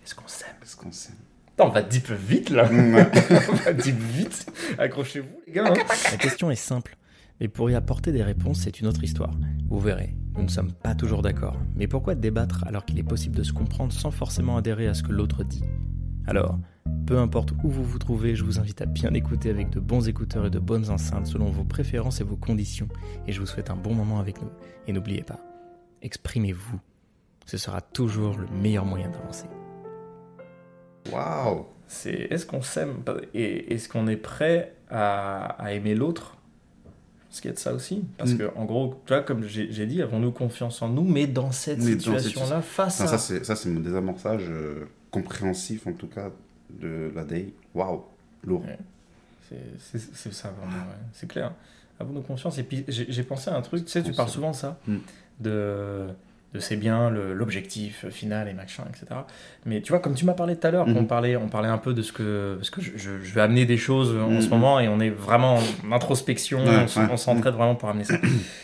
Est-ce qu'on s'aime? Est-ce qu'on s'aime? Attends, on va deep vite là. Ouais. On va deep vite. Accrochez-vous les gars. La question est simple, mais pour y apporter des réponses, c'est une autre histoire. Vous verrez, nous ne sommes pas toujours d'accord. Mais pourquoi débattre alors qu'il est possible de se comprendre sans forcément adhérer à ce que l'autre dit? Alors, peu importe où vous vous trouvez, je vous invite à bien écouter avec de bons écouteurs et de bonnes enceintes selon vos préférences et vos conditions. Et je vous souhaite un bon moment avec nous. Et n'oubliez pas, exprimez-vous. Ce sera toujours le meilleur moyen d'avancer. Waouh! C'est est-ce qu'on s'aime et est-ce qu'on est prêt à aimer l'autre? Parce qu'il y a de ça aussi. Parce que en gros, tu vois, comme j'ai dit, avons-nous confiance en nous, mais dans cette situation-là, face à... Ça, c'est mon désamorçage compréhensif, en tout cas, de la day. Waouh! Lourd. Ouais. C'est ça, vraiment, ouais. C'est clair. Avons-nous confiance. Et puis, j'ai pensé à un truc, tu sais, tu parles souvent de ça, de c'est bien l'objectif final et machin, etc. Mais tu vois, comme tu m'as parlé tout à l'heure, on parlait un peu de ce que... Parce que je vais amener des choses en ce moment et on est vraiment en introspection, on s'entraide vraiment pour amener ça.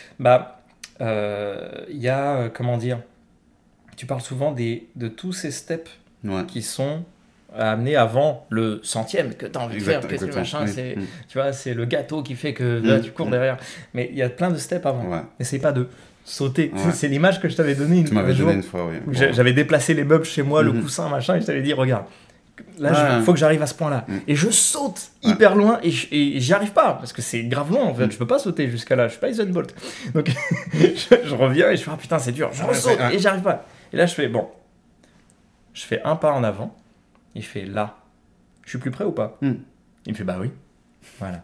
Y a, comment dire, tu parles souvent de tous ces steps qui sont à amener avant le 100e que tu as envie de faire, que le machin, tu vois, c'est le gâteau qui fait que là, tu cours derrière. Mais il y a plein de steps avant. N'essaye pas de sauter. C'est l'image que je t'avais donnée tu m'avais donné une fois, oui. J'avais déplacé les meubles chez moi, le coussin, machin, et je t'avais dit, regarde, là, il faut que j'arrive à ce point-là. Et je saute hyper loin et j'y arrive pas, parce que c'est grave loin, en fait. Je peux pas sauter jusqu'à là, je suis pas Usain Bolt. Donc, je reviens et je fais, ah putain, c'est dur. Je saute et j'y arrive pas. Et là, je fais, bon, je fais un pas en avant. Il fait, là, je suis plus prêt ou pas? Il me fait, bah oui. Voilà.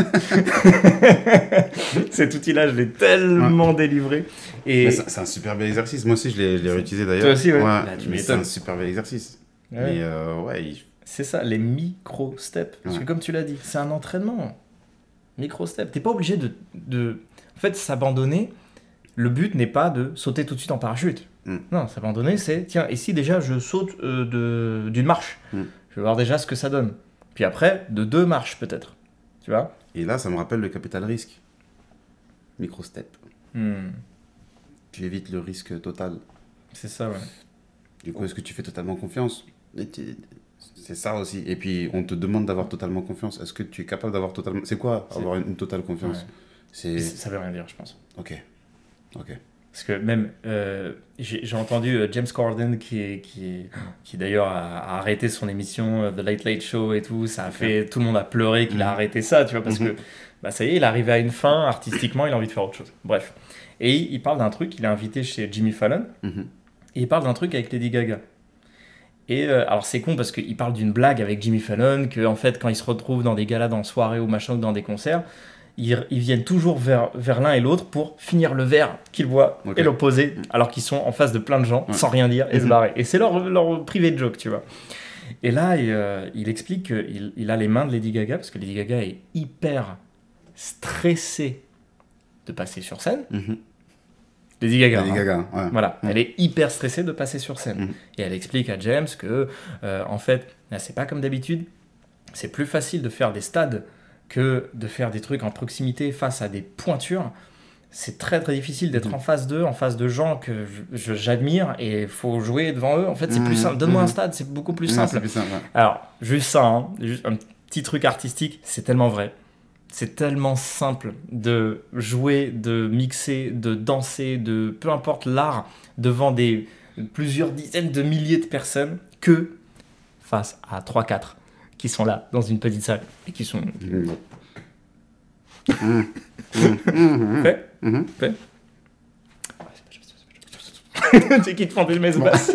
Cet outil-là, je l'ai tellement délivré. Et... C'est un super bel exercice. Moi aussi, je l'ai réutilisé d'ailleurs. Toi aussi, ouais. Là, c'est un super bel exercice. Mais c'est ça, les micro-steps. Parce que comme tu l'as dit, c'est un entraînement. Micro-steps. T'es pas obligé de... En fait, s'abandonner, le but n'est pas de sauter tout de suite en parachute. Non, s'abandonner, c'est, tiens, et si déjà je saute d'une marche? Je vais voir déjà ce que ça donne. Puis après, de 2 marches peut-être. Tu vois? Et là, ça me rappelle le capital risque. Micro-step. Tu évites le risque total. C'est ça, ouais. Du coup, est-ce que tu fais totalement confiance? C'est ça aussi. Et puis, on te demande d'avoir totalement confiance. Est-ce que tu es capable d'avoir totalement... C'est quoi avoir une totale confiance? Ça veut rien dire, je pense. Ok. Parce que même, j'ai entendu James Corden qui d'ailleurs a arrêté son émission The Late Late Show et tout. Ça a fait... Tout le monde a pleuré qu'il a arrêté ça, tu vois, parce que ça y est, il est arrivé à une fin, artistiquement, il a envie de faire autre chose. Bref. Et il parle d'un truc, il est invité chez Jimmy Fallon, et il parle d'un truc avec Lady Gaga. Et alors c'est con parce qu'il parle d'une blague avec Jimmy Fallon, qu'en fait, quand ils se retrouvent dans des galas, dans soirées ou machin, ou dans des concerts, ils viennent toujours vers l'un et l'autre pour finir le verre qu'ils voient et le poser, alors qu'ils sont en face de plein de gens, sans rien dire, et se barrer. Et c'est leur privé joke, tu vois. Et là, il explique qu'il a les mains de Lady Gaga, parce que Lady Gaga est hyper stressée de passer sur scène. Lady Gaga, ouais. Voilà, elle est hyper stressée de passer sur scène. Et elle explique à James que, en fait, là, c'est pas comme d'habitude, c'est plus facile de faire des stades que de faire des trucs en proximité face à des pointures. C'est très très difficile d'être en face d'eux, en face de gens que j'admire, et il faut jouer devant eux. En fait, c'est plus simple. Donne-moi un stade, c'est beaucoup plus simple. Alors, juste ça, juste un petit truc artistique, c'est tellement vrai. C'est tellement simple de jouer, de mixer, de danser, de peu importe l'art, devant plusieurs dizaines de milliers de personnes, que face à 3-4 qui sont là, dans une petite salle, et qui sont... Fait C'est qui te font des messes basses.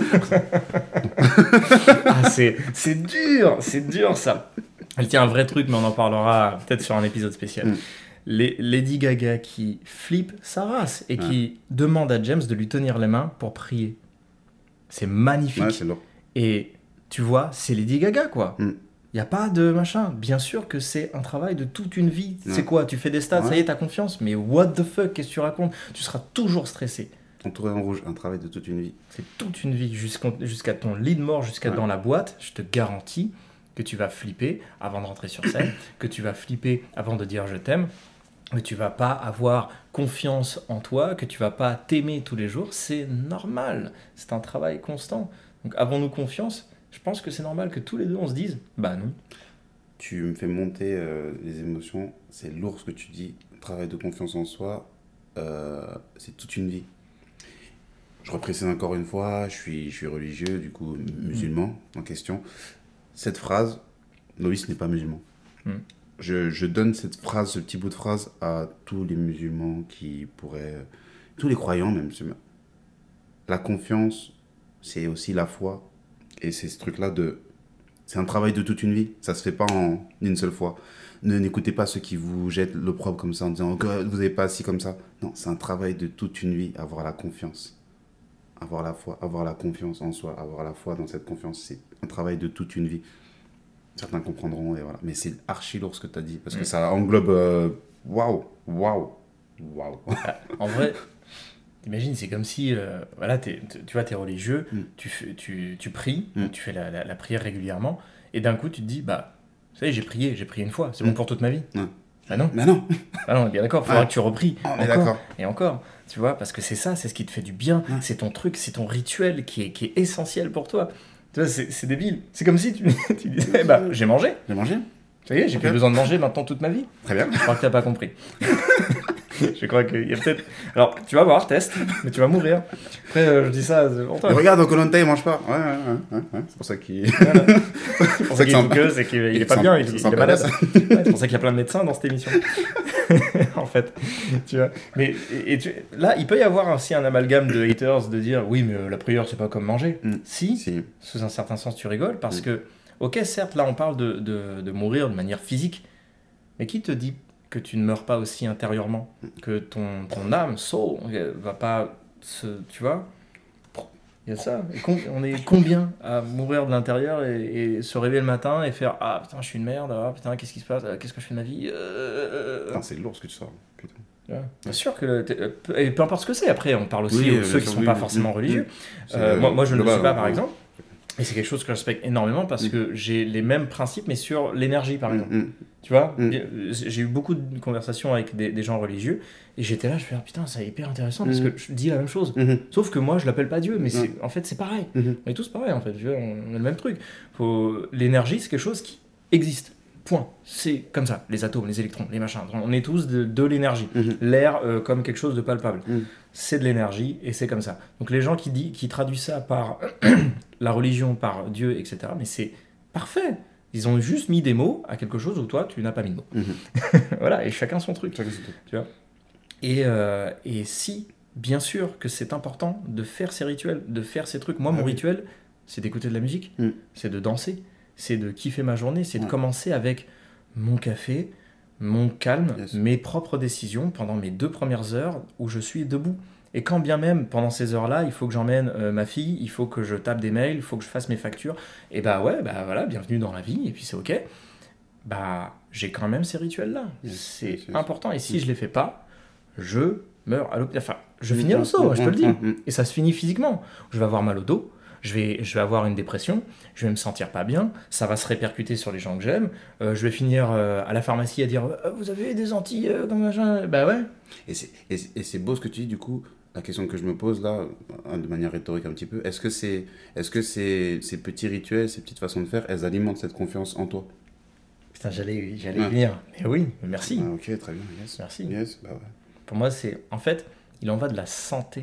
C'est dur ça. Elle tient un vrai truc, mais on en parlera peut-être sur un épisode spécial. Lady Gaga qui flippe sa race et qui demande à James de lui tenir les mains pour prier. C'est magnifique. Ouais, c'est lourd. Et tu vois, c'est Lady Gaga, quoi. Il n'y a pas de machin. Bien sûr que c'est un travail de toute une vie. C'est quoi? Tu fais des stats, ça y est, t'as confiance. Mais what the fuck, qu'est-ce que tu racontes? Tu seras toujours stressé. Entouré en rouge, un travail de toute une vie. C'est toute une vie, jusqu'à ton lit de mort, jusqu'à dans la boîte. Je te garantis que tu vas flipper avant de rentrer sur scène, que tu vas flipper avant de dire je t'aime, que tu vas pas avoir confiance en toi, que tu vas pas t'aimer tous les jours. C'est normal. C'est un travail constant. Donc avons-nous confiance? je pense que c'est normal que tous les deux on se dise, bah non. Tu me fais monter les émotions. C'est lourd ce que tu dis. Travail de confiance en soi, c'est toute une vie. Je reprécise encore une fois, je suis religieux, du coup musulman en question. Cette phrase, Loïs n'est pas musulman. Je donne cette phrase, ce petit bout de phrase à tous les musulmans qui pourraient... tous les croyants même. La confiance, c'est aussi la foi. Et c'est ce truc-là de... C'est un travail de toute une vie. Ça se fait pas en une seule fois. N'écoutez pas ceux qui vous jettent l'opprobre comme ça en disant que vous n'avez pas assis comme ça. Non, c'est un travail de toute une vie. Avoir la confiance. Avoir la foi, avoir la confiance en soi. Avoir la foi dans cette confiance. C'est un travail de toute une vie. Certains comprendront et voilà. Mais c'est archi lourd ce que tu as dit. Parce que ça englobe... Waouh. En vrai... T'imagines, c'est comme si, voilà, tu vois, t'es religieux, tu pries, tu fais la prière régulièrement, et d'un coup, tu te dis, bah, vous savez, j'ai prié une fois, c'est bon pour toute ma vie. Bah non. Bah non. Ah non, bien d'accord, il faudra que tu repries. On est d'accord. Et encore, tu vois, parce que c'est ça, c'est ce qui te fait du bien, c'est ton truc, c'est ton rituel qui est essentiel pour toi. Tu vois, c'est débile. C'est comme si tu disais, bah, j'ai mangé. J'ai mangé. Ça y est, j'ai plus besoin de manger maintenant toute ma vie. Très bien. Je crois que t'as pas compris. Je crois qu'il y a peut-être... Alors, tu vas voir, teste, mais tu vas mourir. Après, je dis ça pour toi. Mais regarde, au Koh-Lanta, il mange pas. Ouais. C'est pour ça qu'il... Voilà. C'est pour ça qu'il est que c'est qu'il est pas bien, il est malade. Ouais, c'est pour ça qu'il y a plein de médecins dans cette émission. En fait, tu vois. Mais là, il peut y avoir aussi un amalgame de haters de dire, oui, mais la prière, c'est pas comme manger. Si, sous un certain sens, tu rigoles, parce que, ok, certes, là, on parle de mourir de manière physique, mais qui te dit que tu ne meurs pas aussi intérieurement, que ton âme, soul, va pas se... Tu vois, il y a ça. On est combien à mourir de l'intérieur et se réveiller le matin et faire « Ah putain, je suis une merde, ah putain, qu'est-ce qui se passe, qu'est-ce que je fais de ma vie ?» C'est lourd ce que tu sors, putain. Ouais. Bien sûr que... Et peu importe ce que c'est, après, on parle aussi de ceux qui ne sont pas forcément religieux. Moi, je ne le suis pas, par exemple. Et c'est quelque chose que je respecte énormément parce que j'ai les mêmes principes, mais sur l'énergie, par exemple. Tu vois, j'ai eu beaucoup de conversations avec des gens religieux, et j'étais là, je me disais, putain, c'est hyper intéressant parce que je dis la même chose. Sauf que moi, je l'appelle pas Dieu, mais en fait, c'est pareil. On est tous pareils, en fait. Tu vois, on a le même truc. L'énergie, c'est quelque chose qui existe. Point. C'est comme ça. Les atomes, les électrons, les machins. On est tous de l'énergie. L'air comme quelque chose de palpable. C'est de l'énergie et c'est comme ça. Donc les gens qui traduisent ça par la religion, par Dieu, etc., mais c'est parfait. Ils ont juste mis des mots à quelque chose où toi, tu n'as pas mis de mots. Voilà, et chacun son truc. Tu vois. Et si, bien sûr que c'est important de faire ces rituels, de faire ces trucs. Moi, mon rituel, c'est d'écouter de la musique, c'est de danser, c'est de kiffer ma journée, c'est de commencer avec mon café, mon calme, mes propres décisions pendant mes 2 premières heures où je suis debout. Et quand bien même, pendant ces heures-là, il faut que j'emmène ma fille, il faut que je tape des mails, il faut que je fasse mes factures, et bah ouais, bah voilà, bienvenue dans la vie, et puis c'est ok. Bah, j'ai quand même ces rituels-là. C'est important, et si je les fais pas, je meurs à l'hôpital. Enfin, je finis au saut, je te le dis. Et ça se finit physiquement. Je vais avoir mal au dos, je vais avoir une dépression, je vais me sentir pas bien, ça va se répercuter sur les gens que j'aime, je vais finir à la pharmacie à dire vous avez des Antilles comme machin. Bah ouais. Et c'est beau ce que tu dis, du coup. La question que je me pose là, de manière rhétorique un petit peu, est-ce que ces petits rituels, ces petites façons de faire, elles alimentent cette confiance en toi? Putain, j'allais venir. Mais oui, merci. Ok, très bien, yes. Merci. Yes, bah ouais. Pour moi, en fait, il en va de la santé.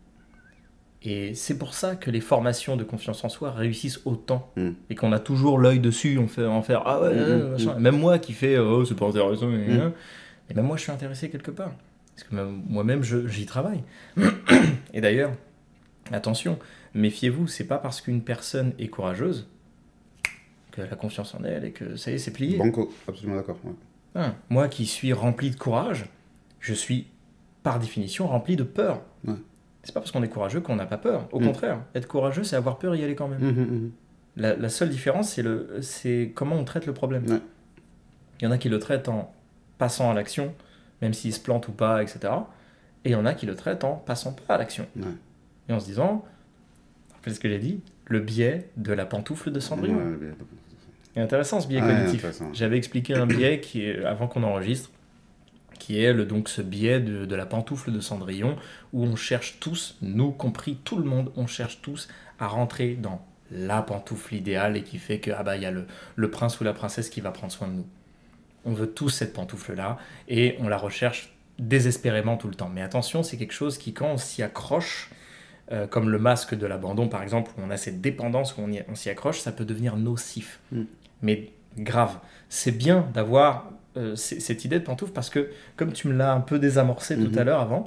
Et c'est pour ça que les formations de confiance en soi réussissent autant. Et qu'on a toujours l'œil dessus, on fait ah ouais, machin. Même moi qui fais oh, c'est pas intéressant. Et même moi, je suis intéressé quelque part. Parce que moi-même, j'y travaille. Et d'ailleurs, attention, méfiez-vous, c'est pas parce qu'une personne est courageuse qu'elle a confiance en elle et que ça y est, c'est plié. Banco, absolument d'accord. Ouais. Moi qui suis rempli de courage, je suis par définition rempli de peur. Ouais. C'est pas parce qu'on est courageux qu'on n'a pas peur. Au contraire, être courageux, c'est avoir peur et y aller quand même. La seule différence, c'est comment on traite le problème. Ouais. Il y en a qui le traitent en passant à l'action, même s'ils se plantent ou pas, etc. Et il y en a qui le traitent en passant pas à l'action. Ouais. Et en se disant, rappelez ce que j'ai dit, le biais de la pantoufle de Cendrillon. Ouais, c'est intéressant ce biais cognitif. J'avais expliqué un biais qui est, avant qu'on enregistre, qui est donc ce biais de la pantoufle de Cendrillon, où on cherche tous, nous compris tout le monde, on cherche tous à rentrer dans la pantoufle idéale et qui fait que il y a le prince ou la princesse qui va prendre soin de nous. On veut tous cette pantoufle-là et on la recherche désespérément tout le temps. Mais attention, c'est quelque chose qui, quand on s'y accroche, comme le masque de l'abandon par exemple, où on a cette dépendance, où on s'y accroche, ça peut devenir nocif. Mais grave. C'est bien d'avoir cette idée de pantoufle parce que, comme tu me l'as un peu désamorcé tout à l'heure avant,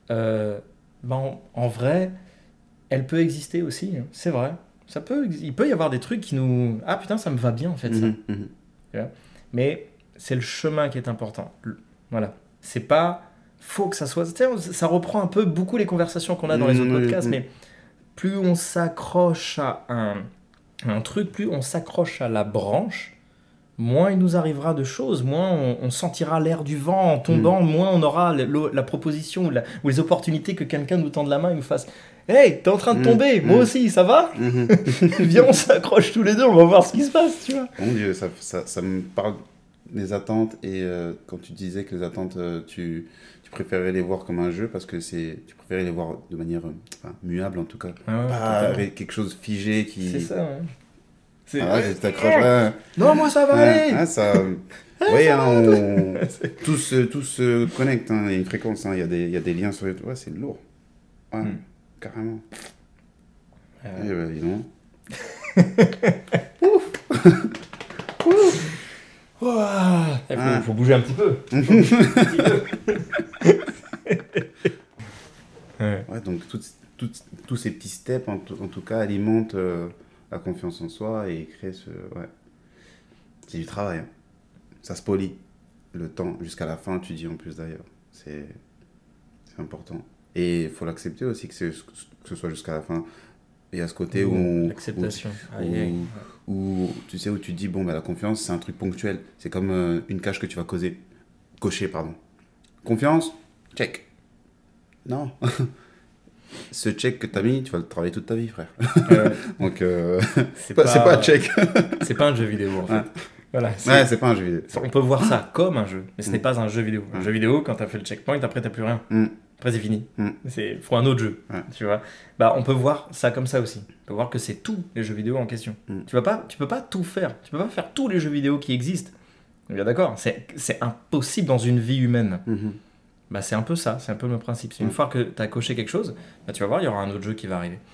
en vrai, elle peut exister aussi, hein. C'est vrai. Il peut y avoir des trucs qui nous... Ah putain, ça me va bien en fait, ça. Tu vois. Mais c'est le chemin qui est important. Voilà. C'est pas... Faut que ça soit... Ça reprend un peu beaucoup les conversations qu'on a dans les autres podcasts, mais plus on s'accroche à un truc, plus on s'accroche à la branche, moins il nous arrivera de choses, moins on sentira l'air du vent en tombant, moins on aura la proposition ou les opportunités que quelqu'un nous tende la main et nous fasse « Hey, t'es en train de tomber, moi aussi, ça va ?» Viens, on s'accroche tous les deux, on va voir ce qui se passe, tu vois. Mon Dieu, ça me parle des attentes, et quand tu disais que les attentes, tu préférais les voir comme un jeu, parce que tu préférais les voir de manière muable en tout cas, pas avec quelque chose figé qui... C'est ça, ouais. Je t'accroche là. Non, moi ça va aller. Oui, tout se connecte, hein. Il y a une fréquence, hein. Il y a des liens sur les... Ouais, c'est lourd. Ouais, carrément. Dis donc. Faut bouger un petit peu. Ouais, donc tous ces petits steps, en tout cas, alimentent la confiance en soi et créent ce... Ouais. C'est du travail, hein. Ça se polit. Le temps, jusqu'à la fin, tu dis en plus d'ailleurs. C'est important. Et il faut l'accepter aussi que ce soit jusqu'à la fin. Il y a ce côté où... L'acceptation. Où tu sais, où tu te dis, bon, la confiance, c'est un truc ponctuel. C'est comme une coche que tu vas cocher. Confiance, check. Non. Ce check que tu as mis, tu vas le travailler toute ta vie, frère. Donc, c'est pas un check. C'est pas un jeu vidéo, en fait. Ouais. Voilà, c'est pas un jeu vidéo. On peut voir ça comme un jeu, mais ce n'est pas un jeu vidéo. Un jeu vidéo, quand tu as fait le checkpoint, après, tu n'as plus rien. Après, c'est fini. Il faut un autre jeu. Tu vois. On peut voir ça comme ça aussi. On peut voir que c'est tous les jeux vidéo en question. Tu peux pas tout faire. Tu peux pas faire tous les jeux vidéo qui existent. Bien d'accord. C'est impossible dans une vie humaine. C'est un peu ça. C'est un peu le principe. C'est une fois que tu as coché quelque chose, tu vas voir, il y aura un autre jeu qui va arriver.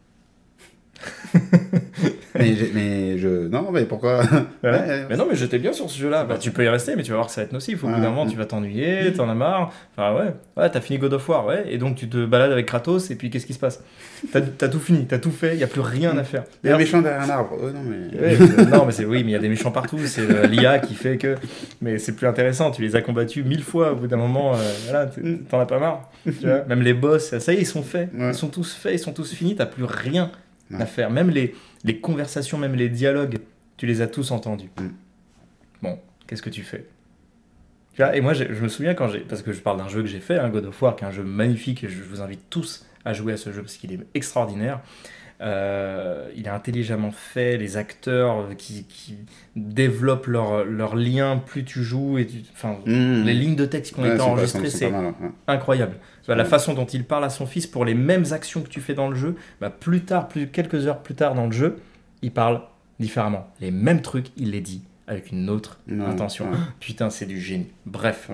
Non, mais pourquoi? Mais non, mais j'étais bien sur ce jeu-là. Tu peux y rester, mais tu vas voir que ça va être nocif. Au bout d'un moment, tu vas t'ennuyer, t'en as marre. Ouais, t'as fini God of War, ouais. Et donc, tu te balades avec Kratos, et puis qu'est-ce qui se passe? T'as tout fini, t'as tout fait, il n'y a plus rien à faire. Il y a un méchant derrière un arbre. Oh, non, mais... Oui, mais il y a des méchants partout. C'est l'IA qui fait que... Mais c'est plus intéressant. Tu les as combattus 1000 fois. Au bout d'un moment, t'en as pas marre. Tu vois. Même les boss, ça y est, ils sont faits. Ils sont tous faits, ils sont tous finis. T'as plus rien à faire. Même les conversations, même les dialogues, tu les as tous entendus. Bon, qu'est-ce que tu fais? Tu vois, et moi, je me souviens parce que je parle d'un jeu que j'ai fait, God of War, qui est un jeu magnifique, et je vous invite tous à jouer à ce jeu parce qu'il est extraordinaire. Il est intelligemment fait, les acteurs qui développent leurs liens plus tu joues, et les lignes de texte qui ont été enregistrées, c'est incroyable. La façon dont il parle à son fils pour les mêmes actions que tu fais dans le jeu, quelques heures plus tard dans le jeu, il parle différemment. Les mêmes trucs, il les dit avec une autre intention. Putain, c'est du génie. Bref.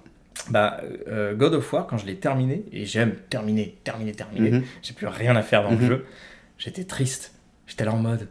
God of War, quand je l'ai terminé, et j'aime terminer, j'ai plus rien à faire dans le jeu, j'étais triste. J'étais là en mode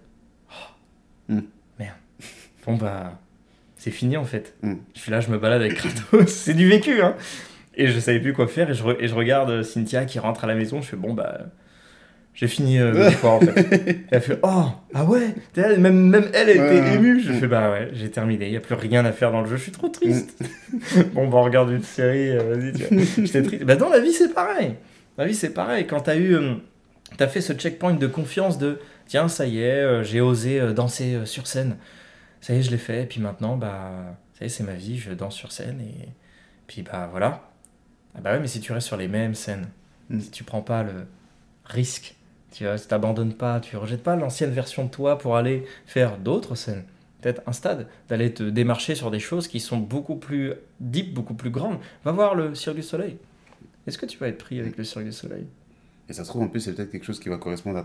merde. Bon c'est fini en fait. Je suis là, je me balade avec Kratos. C'est du vécu, hein. Et je savais plus quoi faire, et je regarde Cynthia qui rentre à la maison. Je fais j'ai fini God of War en fait. Et elle fait ah ouais, même elle était émue. Je fais ouais, j'ai terminé, il y a plus rien à faire dans le jeu, je suis trop triste. On regarde une série, vas-y, tu vois. J'étais triste. Dans la vie c'est pareil. La vie c'est pareil. Quand t'as fait ce checkpoint de confiance de tiens, ça y est, j'ai osé danser sur scène. Ça y est, je l'ai fait, et puis maintenant ça y est, c'est ma vie, je danse sur scène, et puis voilà. Ouais, mais si tu restes sur les mêmes scènes, si tu prends pas le risque, tu t'abandonnes pas, tu rejettes pas l'ancienne version de toi pour aller faire d'autres scènes, peut-être un stade, d'aller te démarcher sur des choses qui sont beaucoup plus deep, beaucoup plus grandes. Va voir le Cirque du Soleil. Est-ce que tu vas être pris avec le Cirque du Soleil? Et ça se trouve, en plus, c'est peut-être quelque chose qui va correspondre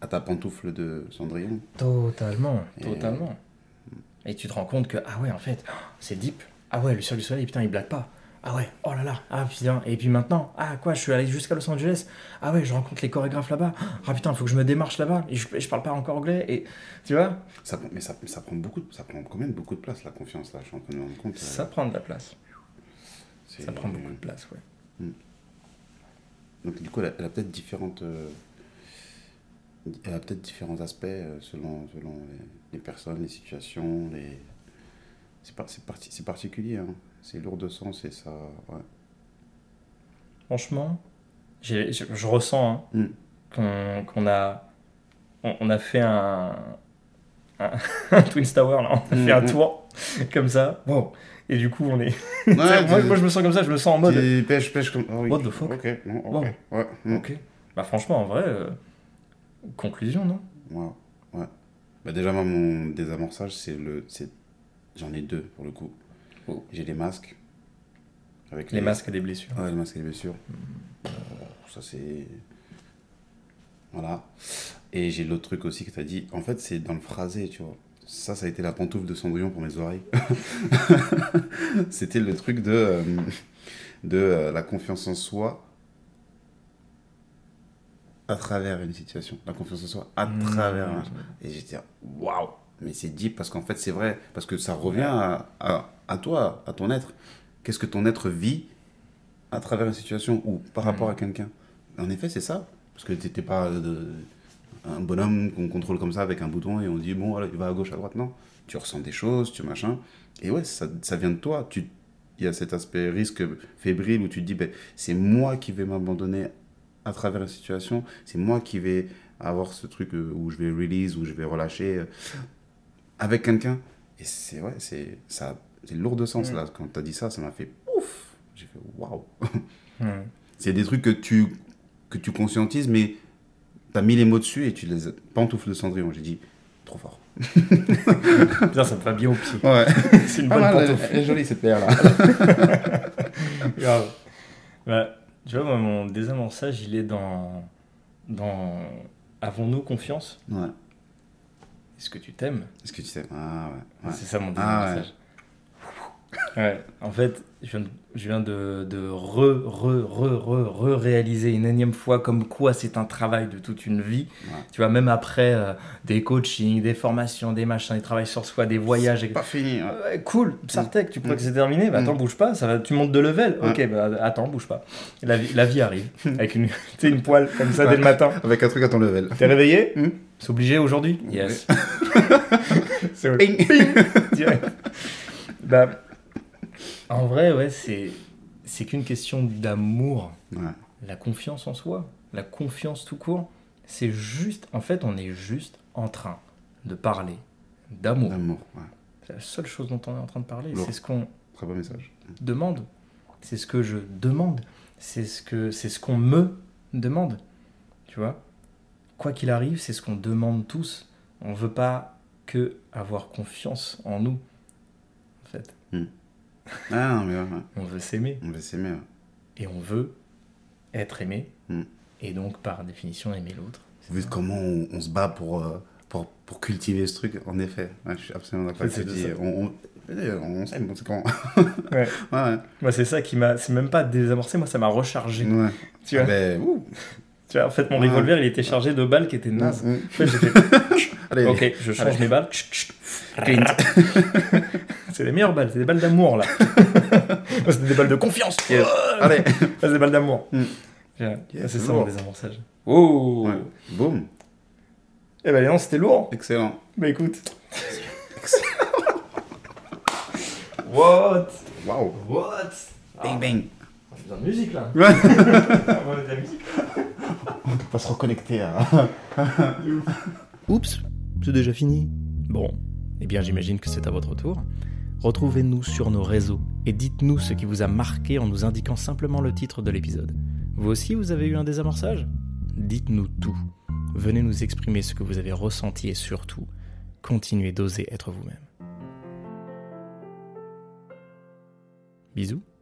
à ta pantoufle de Cendrillon. Totalement. Et tu te rends compte que, ah ouais, en fait, c'est deep. Ah ouais, le Cirque du Soleil, putain, il blague pas. Ah ouais, oh là là, ah putain. Et puis maintenant, ah quoi, je suis allé jusqu'à Los Angeles. Ah ouais, je rencontre les chorégraphes là-bas. Ah putain, il faut que je me démarche là-bas. Et je parle pas encore anglais. Et tu vois, Ça prend quand même beaucoup de place, la confiance, là, je suis en train de me rendre compte. ça prend de la place. C'est- Ça prend beaucoup de place, ouais. Donc du coup, elle a peut-être différentes... elle a peut-être différents aspects selon les personnes, les situations, les... C'est particulier, hein. C'est lourd de sens et ça... Ouais. Franchement, je ressens hein, qu'on a, on a fait un Twin Tower, là. On a fait un tour comme ça. Wow. Et du coup, on est. Ouais, moi, je me sens comme ça, je me sens en mode. Pêche comme... Oh, oui. What the fuck? Ok, non, ok. Wow. Ouais. Ok. Bah, franchement, en vrai, conclusion, non? Ouais. Bah déjà, moi, mon désamorçage, j'en ai 2 pour le coup. Oh. J'ai les masques. Avec Les masques et des blessures. Ouais, les masques et les blessures. Ça, c'est... Voilà. Et j'ai l'autre truc aussi que tu as dit. En fait, c'est dans le phrasé, tu vois. Ça a été la pantoufle de Cendrillon pour mes oreilles. C'était le truc de la confiance en soi à travers une situation. La confiance en soi à travers... Et j'étais waouh. Mais c'est deep parce qu'en fait, c'est vrai. Parce que ça revient à toi, à ton être. Qu'est-ce que ton être vit à travers une situation ou par rapport à quelqu'un. En effet, c'est ça. Parce que tu n'étais pas un bonhomme qu'on contrôle comme ça avec un bouton et on dit, bon, voilà, il va à gauche, à droite. Non. Tu ressens des choses, tu machin. Et ouais, ça vient de toi. Il y a cet aspect risque fébrile où tu te dis, ben, c'est moi qui vais m'abandonner à travers une situation. C'est moi qui vais avoir ce truc où je vais release, où je vais relâcher avec quelqu'un. Et c'est lourd de sens, là. Quand tu as dit ça, ça m'a fait ouf. J'ai fait waouh. C'est des trucs que tu conscientises, mais tu as mis les mots dessus et tu les pantoufles de Cendrillon. J'ai dit, trop fort. Putain, ça me va bien au pied. Ouais. C'est une bonne pantoufle. Elle est jolie cette paire-là. Grave. Bah, tu vois, moi, mon désamorçage, il est dans avons-nous confiance? Ouais. Est-ce que tu t'aimes? Est-ce que tu sais? Ah ouais. C'est ça mon désamorçage. Ouais, en fait, je viens de réaliser une énième fois comme quoi c'est un travail de toute une vie. Ouais. Tu vois, même après des coachings, des formations, des machins, des travails sur soi, des voyages. C'est pas fini. Ouais. Ouais, cool, Sartec, tu crois que c'est terminé? Bah attends, bouge pas, tu montes de level. Ouais. Ok, bah attends, bouge pas. La vie arrive, avec une poêle comme ça dès le matin. Avec un truc à ton level. T'es réveillé? C'est obligé aujourd'hui? Yes. C'est obligé. Direct. Bah, en vrai, ouais, c'est qu'une question d'amour. Ouais. La confiance en soi, la confiance tout court, c'est juste... En fait, on est juste en train de parler d'amour. D'amour, ouais. C'est la seule chose dont on est en train de parler. Lourd. C'est ce qu'on Très beau message. demande. C'est ce que je demande. C'est ce qu'on me demande. Tu vois? Quoi qu'il arrive, c'est ce qu'on demande tous. On veut pas que avoir confiance en nous, en fait. Ah non, mais ouais. On veut s'aimer. On va s'aimer. Ouais. Et on veut être aimé. Mm. Et donc, par définition, aimer l'autre. Vu comment on se bat pour cultiver ce truc, en effet. Ouais, je suis absolument d'accord avec ce que tu dis. On s'aime, c'est quand. Ouais. Ouais. Moi, c'est ça qui m'a... C'est même pas désamorcé, moi, ça m'a rechargé. Ouais. Tu vois, tu vois, en fait, mon revolver, il était chargé de balles qui étaient nazes. En fait, j'ai fait... Allez, Ok, je change mes balles. Clint. C'est les meilleures balles, c'est des balles d'amour, là. Moi, c'était des balles de confiance. Yes. Allez. C'est des balles d'amour. Yes, C'est ça, lourd. mon désamorçage. Oh. Ouais. Boum. Eh ben, non, c'était lourd. Excellent. Bah, écoute. What? Waouh. What? Bang bang. On fait de la musique, là. Ouais. On va mettre de la musique. On va se reconnecter à... Oups, c'est déjà fini. Bon, eh bien j'imagine que c'est à votre tour. Retrouvez-nous sur nos réseaux et dites-nous ce qui vous a marqué en nous indiquant simplement le titre de l'épisode. Vous aussi, vous avez eu un désamorçage? Dites-nous tout. Venez nous exprimer ce que vous avez ressenti et surtout, continuez d'oser être vous-même. Bisous.